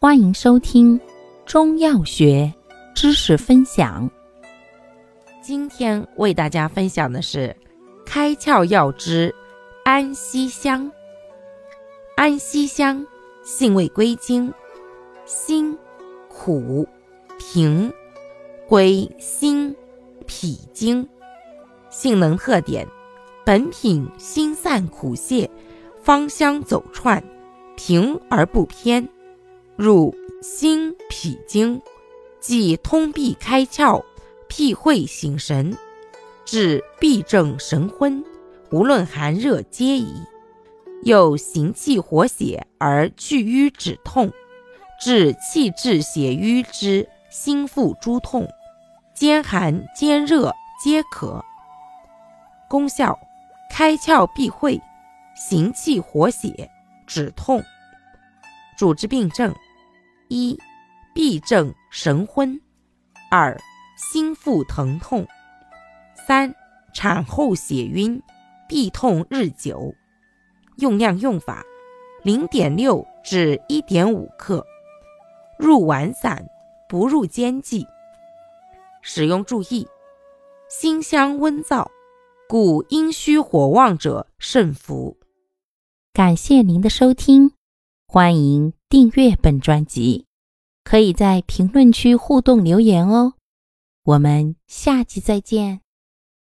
欢迎收听中药学知识分享。 今天为大家分享的是开窍药之安息香。安息香性味归经：辛、苦、平，归心、脾经。性能特点：本品辛散苦泄，芳香走串，平而不偏，入心脾经，即通闭开窍，辟秽醒神，治痹症神昏，无论寒热皆宜。又行气活血而去瘀止痛，治气滞血瘀之心腹诸痛，兼寒兼热皆可。功效：开窍闭秽，行气活血，止痛。主治病症：一、痹症神昏；二、心腹疼痛；三、产后血晕，痹痛日久。用量用法： 0.6 至 1.5 克，入丸散，不入煎剂。使用注意：辛香温燥，故阴虚火旺者慎服。 感谢您的收听，欢迎订阅本专辑，可以在评论区互动留言哦。我们下期再见。